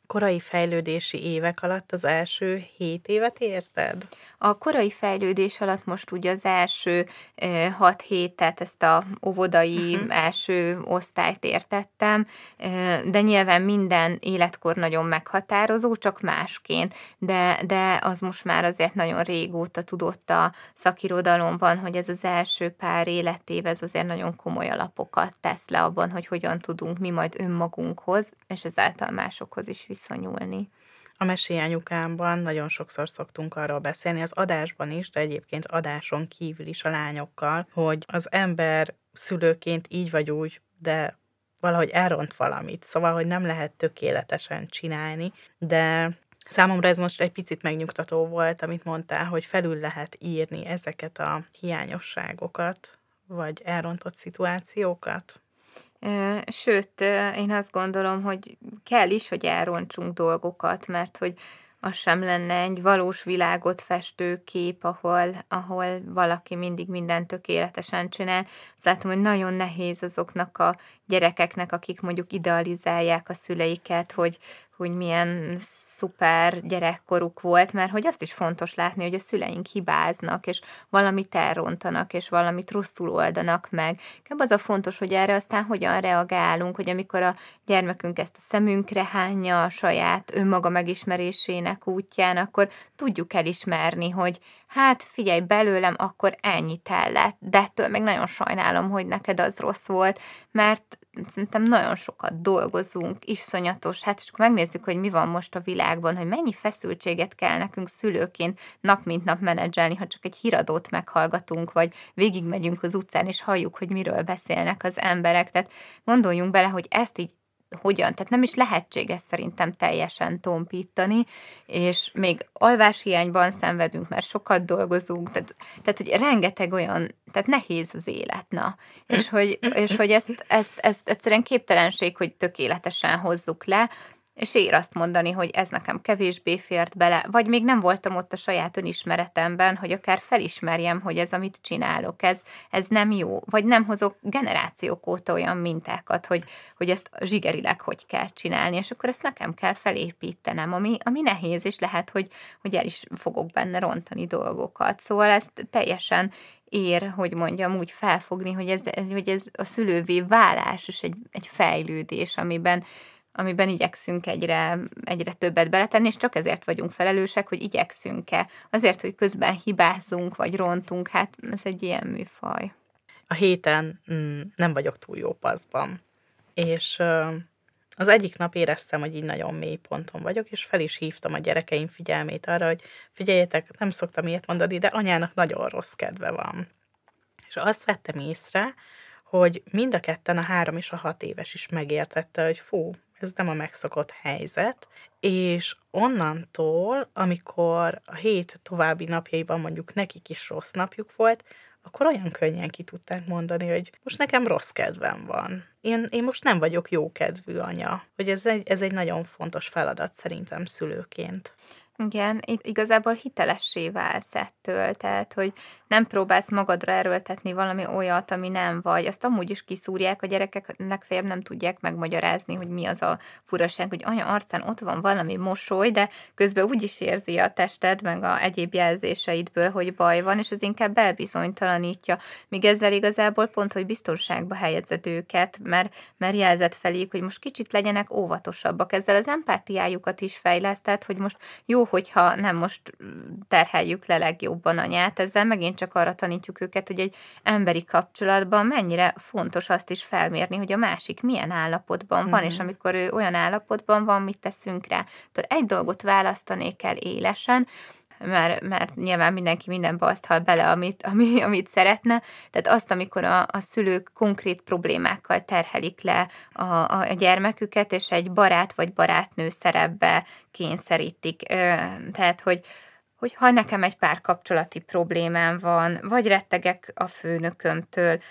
korai fejlődési évek alatt az első hét évet érted? A korai fejlődés alatt most ugye az első eh, hat hét, tehát ezt a óvodai Uh-huh. első osztályt értettem, eh, de nyilván minden életkor nagyon meghatározó, csak másként, de, de az most már azért nagyon régóta tudott a szakirodalomban, hogy ez az első pár életév, ez azért nagyon komoly alapokat tesz le abban, hogy hogyan tudunk mi majd önmagunkhoz, és ezáltal másokhoz is viszonyulni. A Mesélyanyukámban nagyon sokszor szoktunk arról beszélni, az adásban is, de egyébként adáson kívül is a lányokkal, hogy az ember szülőként így vagy úgy, de valahogy elront valamit, szóval, hogy nem lehet tökéletesen csinálni, de számomra ez most egy picit megnyugtató volt, amit mondtál, hogy felül lehet írni ezeket a hiányosságokat, vagy elrontott szituációkat. Sőt, én azt gondolom, hogy kell is, hogy elrontsunk dolgokat, mert hogy az sem lenne egy valós világot festő kép, ahol, ahol valaki mindig mindent tökéletesen csinál. Azt látom, hogy nagyon nehéz azoknak a gyerekeknek, akik mondjuk idealizálják a szüleiket, hogy, hogy milyen szuper gyerekkoruk volt, mert hogy azt is fontos látni, hogy a szüleink hibáznak, és valamit elrontanak, és valamit rosszul oldanak meg. Inkább az a fontos, hogy erre aztán hogyan reagálunk, hogy amikor a gyermekünk ezt a szemünkre hányja a saját önmaga megismerésének útján, akkor tudjuk elismerni, hogy hát figyelj, belőlem akkor ennyit el lett, de ettől meg nagyon sajnálom, hogy neked az rossz volt, mert szerintem nagyon sokat dolgozunk, iszonyatos, hát és akkor megnézzük, hogy mi van most a világban, hogy mennyi feszültséget kell nekünk szülőként nap mint nap menedzselni, ha csak egy híradót meghallgatunk, vagy végigmegyünk az utcán, és halljuk, hogy miről beszélnek az emberek. Tehát gondoljunk bele, hogy ezt így hogyan, tehát nem is lehetséges szerintem teljesen tompítani, és még alváshiányban szenvedünk, mert sokat dolgozunk, tehát, tehát hogy rengeteg olyan, tehát nehéz az élet, na, és hogy, és hogy ezt, ezt, ezt egyszerűen képtelenség, hogy tökéletesen hozzuk le, és ér azt mondani, hogy ez nekem kevésbé fért bele, vagy még nem voltam ott a saját önismeretemben, hogy akár felismerjem, hogy ez, amit csinálok, ez, ez nem jó, vagy nem hozok generációk óta olyan mintákat, hogy, hogy ezt zsigerileg hogy kell csinálni, és akkor ezt nekem kell felépítenem, ami, ami nehéz, és lehet, hogy, hogy el is fogok benne rontani dolgokat. Szóval ezt teljesen ér, hogy mondjam, úgy felfogni, hogy ez, hogy ez a szülővé válás és egy, egy fejlődés, amiben amiben igyekszünk egyre, egyre többet beletenni, és csak ezért vagyunk felelősek, hogy igyekszünk-e. Azért, hogy közben hibázzunk, vagy rontunk, hát ez egy ilyen műfaj. A héten mm, nem vagyok túl jó paszban, és ö, az egyik nap éreztem, hogy így nagyon mély ponton vagyok, és fel is hívtam a gyerekeim figyelmét arra, hogy figyeljetek, nem szoktam ilyet mondani, de anyának nagyon rossz kedve van. És azt vettem észre, hogy mind a ketten, a három és a hat éves is megértette, hogy fú, ez nem a megszokott helyzet, és onnantól, amikor a hét további napjaiban mondjuk nekik is rossz napjuk volt, akkor olyan könnyen ki tudták mondani, hogy most nekem rossz kedvem van. Én, én most nem vagyok jókedvű anya. Hogy ez egy, ez egy nagyon fontos feladat szerintem szülőként. Igen, itt igazából hitelessé válsz ettől, tehát, hogy nem próbálsz magadra erőltetni valami olyat, ami nem vagy. Azt amúgy is kiszúrják, a gyerekek legfeljebb nem tudják megmagyarázni, hogy mi az a furaság, hogy anya arcán ott van valami mosoly, de közben úgy is érzi a tested, meg a egyéb jelzéseidből, hogy baj van, és ez inkább elbizonytalanítja. Míg ezzel igazából pont, hogy biztonságba helyezed őket, mert, mert jelzed feléjük, hogy most kicsit legyenek óvatosabbak. Ezzel az empátiájukat is fejleszted, hogy most jó, hogyha nem most terheljük le legjobban anyát, ezzel megint csak arra tanítjuk őket, hogy egy emberi kapcsolatban mennyire fontos azt is felmérni, hogy a másik milyen állapotban van, mm-hmm. és amikor ő olyan állapotban van, mit teszünk rá. Tehát egy dolgot választani kell élesen, mert, mert nyilván mindenki mindenbe azt hal bele, amit, ami, amit szeretne. Tehát azt, amikor a, a szülők konkrét problémákkal terhelik le a, a, a gyermeküket, és egy barát vagy barátnő szerepbe kényszerítik. Tehát, hogy hogy ha nekem egy párkapcsolati problémám van, vagy rettegek a főnökömtől,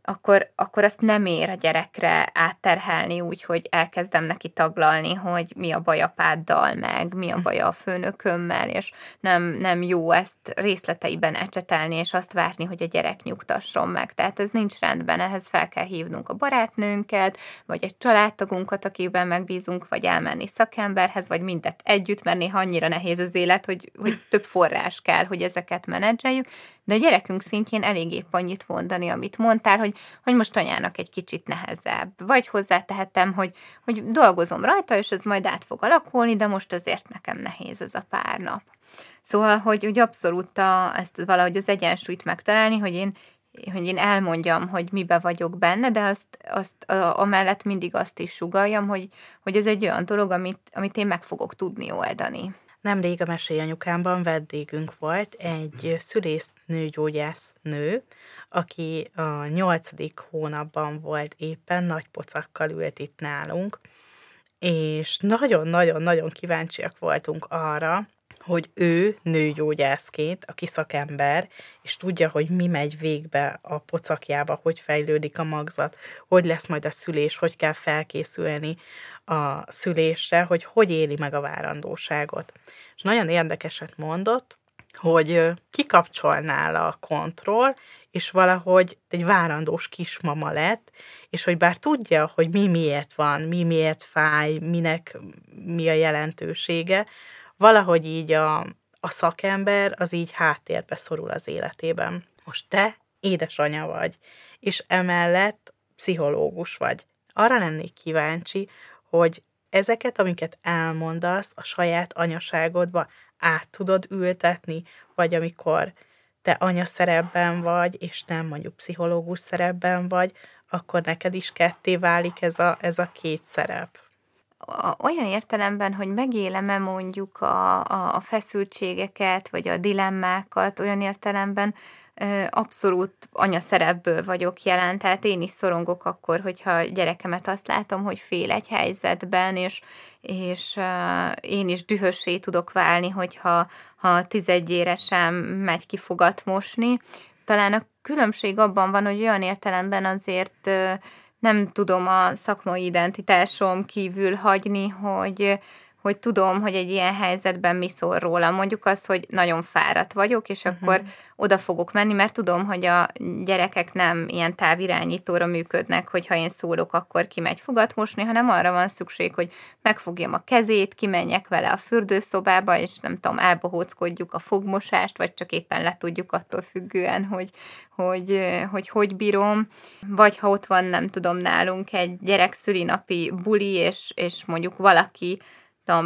akkor, akkor azt nem ér a gyerekre átterhelni úgy, hogy elkezdem neki taglalni, hogy mi a baj apáddal, meg mi a baj a főnökömmel, és nem, nem jó ezt részleteiben ecsetelni, és azt várni, hogy a gyerek nyugtasson meg. Tehát ez nincs rendben, ehhez fel kell hívnunk a barátnőnket, vagy egy családtagunkat, akiben megbízunk, vagy elmenni szakemberhez, vagy mindet együtt, mert néha annyira nehéz az élet, hogy, hogy több forrás kell, hogy ezeket menedzseljük, de a gyerekünk szintjén elég épp annyit mondani, amit mondtál, hogy, hogy most anyának egy kicsit nehezebb. Vagy hozzátehetem, hogy, hogy dolgozom rajta, és ez majd át fog alakulni, de most azért nekem nehéz ez a pár nap. Szóval, hogy, hogy abszolút a, ezt valahogy az egyensúlyt megtalálni, hogy én, hogy én elmondjam, hogy mibe vagyok benne, de azt, azt a, amellett mindig azt is suggalljam, hogy, hogy ez egy olyan dolog, amit, amit én meg fogok tudni oldani. Nemrég a Mesélyanyukámban vendégünk volt egy szülésznőgyógyász nő, aki a nyolcadik hónapban volt éppen, nagy pocakkal ült itt nálunk, és nagyon-nagyon-nagyon kíváncsiak voltunk arra, hogy ő nőgyógyászként, aki szakember, és tudja, hogy mi megy végbe a pocakjába, hogy fejlődik a magzat, hogy lesz majd a szülés, hogy kell felkészülni a szülésre, hogy hogy éli meg a várandóságot. És nagyon érdekeset mondott, hogy kikapcsolnál a kontroll, és valahogy egy várandós kismama lett, és hogy bár tudja, hogy mi miért van, mi miért fáj, minek mi a jelentősége, valahogy így a, a szakember az így háttérbe szorul az életében. Most te édesanya vagy, és emellett pszichológus vagy. Arra lennék kíváncsi, hogy ezeket, amiket elmondasz a saját anyaságodba, át tudod ültetni, vagy amikor te anyaszerepben vagy, és nem mondjuk pszichológus szerepben vagy, akkor neked is ketté válik ez a, ez a két szerep. Olyan értelemben, hogy megélem-e mondjuk a, a, a feszültségeket, vagy a dilemmákat, olyan értelemben abszolút anyaszerepből vagyok jelen, tehát én is szorongok akkor, hogyha a gyerekemet azt látom, hogy fél egy helyzetben, és, és én is dühössé tudok válni, hogyha ha tizedyére sem megy ki fogat mosni. Talán a különbség abban van, hogy olyan értelemben azért nem tudom a szakmai identitásom kívül hagyni, hogy, hogy tudom, hogy egy ilyen helyzetben mi szól rólam. Mondjuk azt, hogy nagyon fáradt vagyok, és uh-huh. akkor oda fogok menni, mert tudom, hogy a gyerekek nem ilyen távirányítóra működnek, hogyha én szólok, akkor kimegy fogat mosni, hanem arra van szükség, hogy megfogjam a kezét, kimenjek vele a fürdőszobába, és nem tudom, elbohóckodjuk a fogmosást, vagy csak éppen letudjuk attól függően, hogy hogy, hogy hogy bírom. Vagy ha ott van, nem tudom, nálunk egy gyerek szülinapi buli, és, és mondjuk valaki tudom,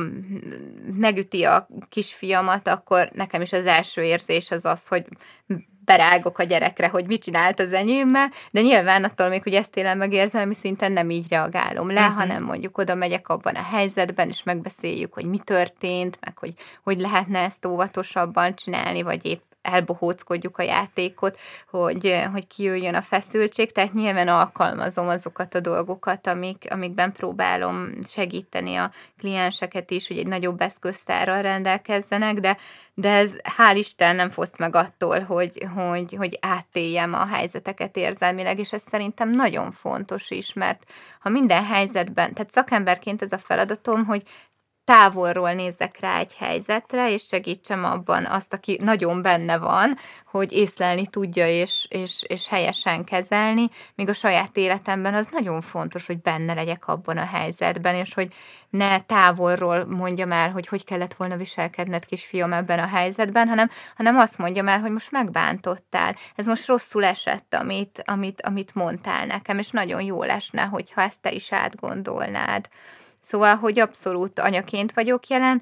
megüti a kisfiamat, akkor nekem is az első érzés az az, hogy berágok a gyerekre, hogy mit csinált az enyémmel, de nyilván attól még, hogy ezt élem meg érzelmi szinten nem így reagálom le, uh-huh. hanem mondjuk oda megyek abban a helyzetben, és megbeszéljük, hogy mi történt, meg hogy, hogy lehetne ezt óvatosabban csinálni, vagy épp elbohóckodjuk a játékot, hogy, hogy kijöjjön a feszültség, tehát nyilván alkalmazom azokat a dolgokat, amik, amikben próbálom segíteni a klienseket is, hogy egy nagyobb eszköztárral rendelkezzenek, de, de ez hál' Isten nem foszt meg attól, hogy, hogy, hogy átéljem a helyzeteket érzelmileg, és ez szerintem nagyon fontos is, mert ha minden helyzetben, tehát szakemberként ez a feladatom, hogy távolról nézzek rá egy helyzetre, és segítsem abban azt, aki nagyon benne van, hogy észlelni tudja, és, és, és helyesen kezelni, míg a saját életemben az nagyon fontos, hogy benne legyek abban a helyzetben, és hogy ne távolról mondjam el, hogy hogy kellett volna viselkedned, kisfiam, ebben a helyzetben, hanem, hanem azt mondjam el, hogy most megbántottál. Ez most rosszul esett, amit, amit, amit mondtál nekem, és nagyon jól esne, hogyha ezt te is átgondolnád. Szóval, hogy abszolút anyaként vagyok jelen,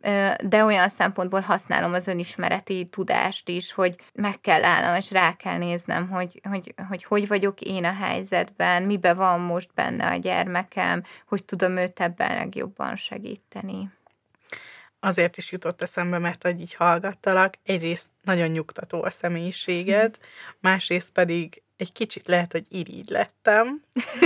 de olyan szempontból használom az önismereti tudást is, hogy meg kell állnom, és rá kell néznem, hogy hogy, hogy hogy vagyok én a helyzetben, miben van most benne a gyermekem, hogy tudom őt ebben legjobban segíteni. Azért is jutott eszembe, mert hogy így hallgattalak, egyrészt nagyon nyugtató a személyiséged, másrészt pedig egy kicsit lehet, hogy irigy lettem,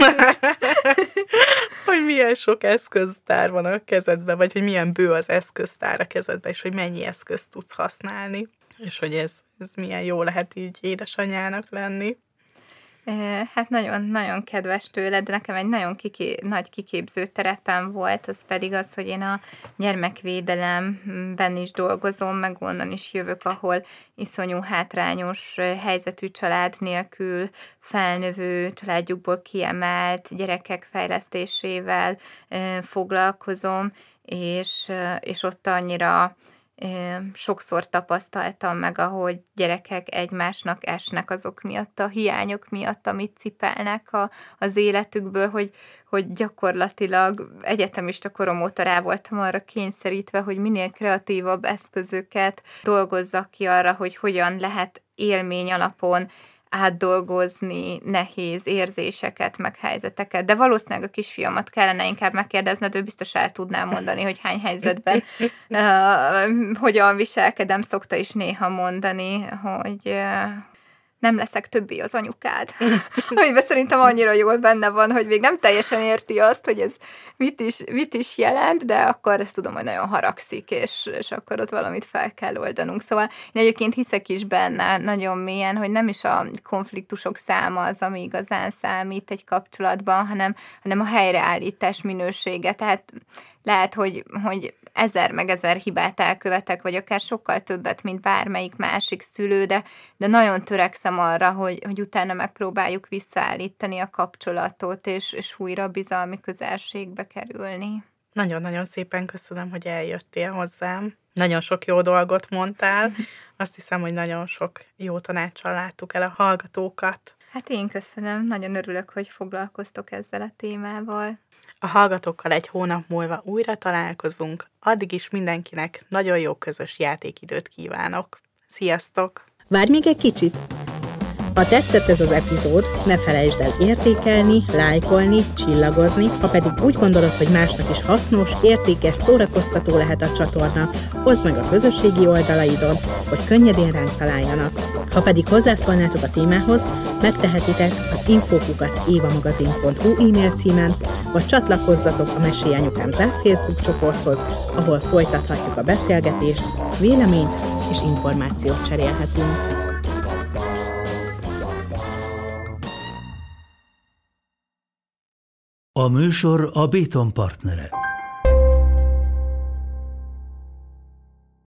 hogy milyen sok eszköztár van a kezedben, vagy hogy milyen bő az eszköztár a kezedben, és hogy mennyi eszközt tudsz használni, és hogy ez, ez milyen jó lehet így édesanyának lenni. Hát nagyon, nagyon kedves tőled, de nekem egy nagyon kiké, nagy kiképző terepem volt, az pedig az, hogy én a gyermekvédelemben is dolgozom, meg onnan is jövök, ahol iszonyú hátrányos helyzetű család nélkül felnövő, családjukból kiemelt gyerekek fejlesztésével foglalkozom, és, és ott annyira sokszor tapasztaltam meg, ahogy gyerekek egymásnak esnek azok miatt, a hiányok miatt, amit cipelnek a, az életükből, hogy, hogy gyakorlatilag egyetemista korom óta rá voltam arra kényszerítve, hogy minél kreatívabb eszközöket dolgozzak ki arra, hogy hogyan lehet élmény alapon átdolgozni nehéz érzéseket, meg helyzeteket. De valószínűleg a kisfiamat kellene inkább megkérdezned, ő biztos el tudná mondani, hogy hány helyzetben uh, hogyan viselkedem, szokta is néha mondani, hogy uh, nem leszek többé az anyukád. Amiben szerintem annyira jól benne van, hogy még nem teljesen érti azt, hogy ez mit is, mit is jelent, de akkor ezt tudom, hogy nagyon haragszik, és, és akkor ott valamit fel kell oldanunk. Szóval én egyébként hiszek is benne nagyon mélyen, hogy nem is a konfliktusok száma az, ami igazán számít egy kapcsolatban, hanem, hanem a helyreállítás minősége. Tehát lehet, hogy, hogy ezer meg ezer hibát elkövetek, vagy akár sokkal többet, mint bármelyik másik szülő, de, de nagyon törekszem arra, hogy, hogy utána megpróbáljuk visszaállítani a kapcsolatot, és, és újra bizalmi közelségbe kerülni. Nagyon-nagyon szépen köszönöm, hogy eljöttél hozzám. Nagyon sok jó dolgot mondtál. Azt hiszem, hogy nagyon sok jó tanáccsal láttuk el a hallgatókat. Hát én köszönöm. Nagyon örülök, hogy foglalkoztok ezzel a témával. A hallgatókkal egy hónap múlva újra találkozunk. Addig is mindenkinek nagyon jó közös játékidőt kívánok. Sziasztok! Várj még egy kicsit! Ha tetszett ez az epizód, ne felejtsd el értékelni, lájkolni, csillagozni, ha pedig úgy gondolod, hogy másnak is hasznos, értékes, szórakoztató lehet a csatorna, oszd meg a közösségi oldalaidon, hogy könnyedén ránk találjanak. Ha pedig hozzászólnátok a témához, megtehetitek az info kukac évamagazin pont hu e-mail címen, vagy csatlakozzatok a Mesélj Anyukám zárt Facebook csoporthoz, ahol folytathatjuk a beszélgetést, véleményt és információt cserélhetünk. A műsor a Béton partnere.